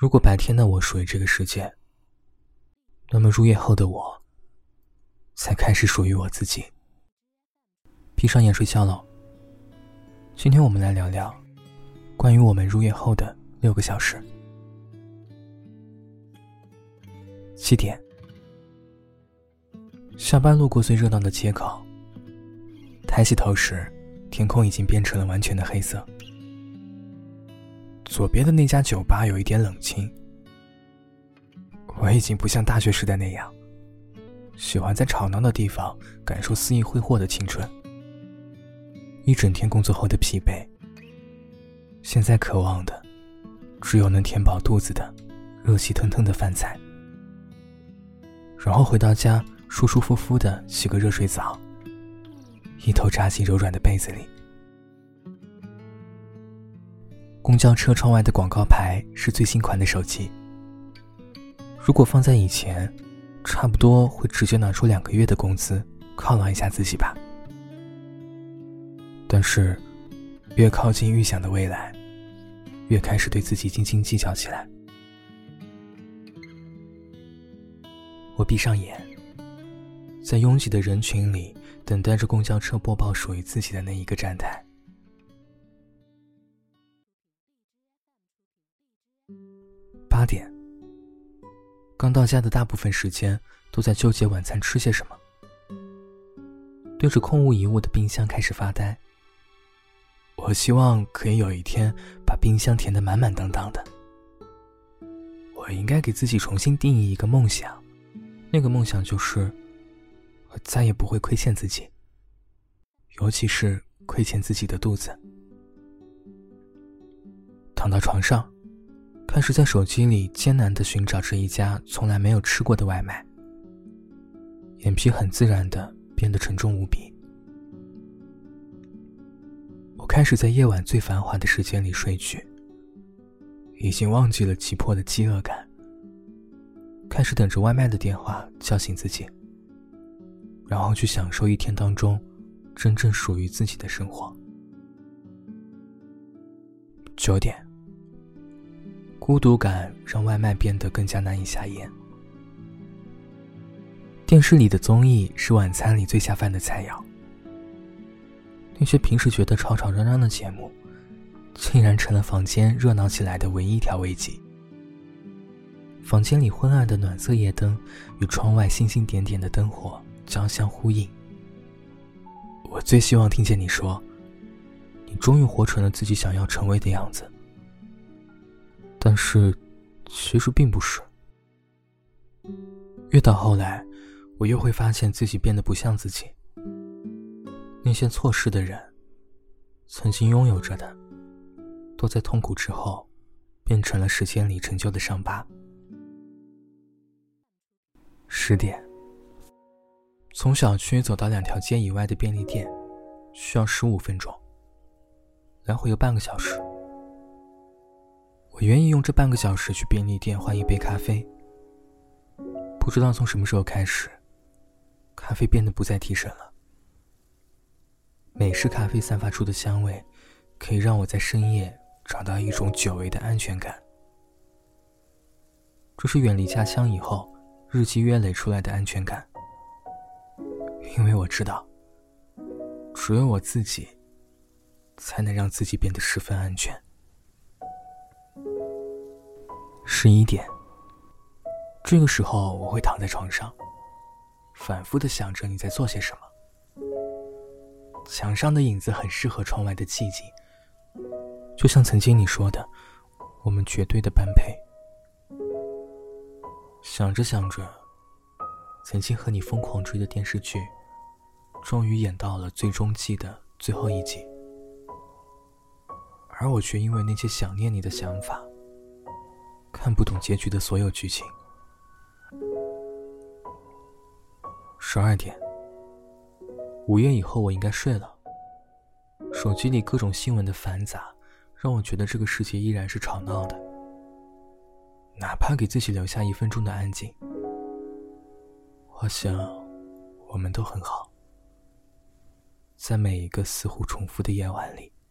如果白天的我属于这个世界，那么入夜后的我才开始属于我自己。闭上眼睡觉了。今天我们来聊聊关于我们入夜后的6个小时。7点，下班路过最热闹的街口，抬起头时，天空已经变成了完全的黑色。左边的那家酒吧有一点冷清，我已经不像大学时代那样喜欢在吵闹的地方感受肆意挥霍的青春。一整天工作后的疲惫，现在渴望的只有能填饱肚子的热气腾腾的饭菜，然后回到家舒舒服服的洗个热水澡，一头扎进柔软的被子里。公交车窗外的广告牌是最新款的手机，如果放在以前，差不多会直接拿出2个月的工资犒劳一下自己吧。但是越靠近预想的未来，越开始对自己斤斤计较起来。我闭上眼，在拥挤的人群里等待着公交车播报属于自己的那一个站台。8点，刚到家的大部分时间都在纠结晚餐吃些什么，对着空无一物的冰箱开始发呆。我希望可以有一天把冰箱填得满满当当的。我应该给自己重新定义一个梦想，那个梦想就是我再也不会亏欠自己，尤其是亏欠自己的肚子。躺到床上，开始在手机里艰难地寻找着一家从来没有吃过的外卖，眼皮很自然地变得沉重无比。我开始在夜晚最繁华的时间里睡去，已经忘记了急迫的饥饿感，开始等着外卖的电话叫醒自己，然后去享受一天当中真正属于自己的生活。9点，孤独感让外卖变得更加难以下咽。电视里的综艺是晚餐里最下饭的菜肴，那些平时觉得吵吵嚷嚷的节目，竟然成了房间热闹起来的唯一一条慰藉。房间里昏暗的暖色夜灯与窗外星星点点的灯火交相呼应。我最希望听见你说，你终于活成了自己想要成为的样子。但是其实并不是。越到后来，我越会发现自己变得不像自己。那些错失的人，曾经拥有着的，都在痛苦之后变成了时间里陈旧的伤疤。10点，从小区走到2条街以外的便利店需要15分钟，来回有半个小时。我愿意用这半个小时去便利店换一杯咖啡。不知道从什么时候开始，咖啡变得不再提神了。美式咖啡散发出的香味，可以让我在深夜找到一种久违的安全感。这是远离家乡以后日积月累出来的安全感。因为我知道，只有我自己才能让自己变得十分安全。11点，这个时候我会躺在床上，反复地想着你在做些什么。墙上的影子很适合窗外的寂静，就像曾经你说的，我们绝对的般配。想着想着，曾经和你疯狂追的电视剧终于演到了最终季的最后一集，而我却因为那些想念你的想法，看不懂结局的所有剧情。12点，午夜以后我应该睡了。手机里各种新闻的繁杂，让我觉得这个世界依然是吵闹的。哪怕给自己留下1分钟的安静，我想我们都很好。在每一个似乎重复的夜晚里。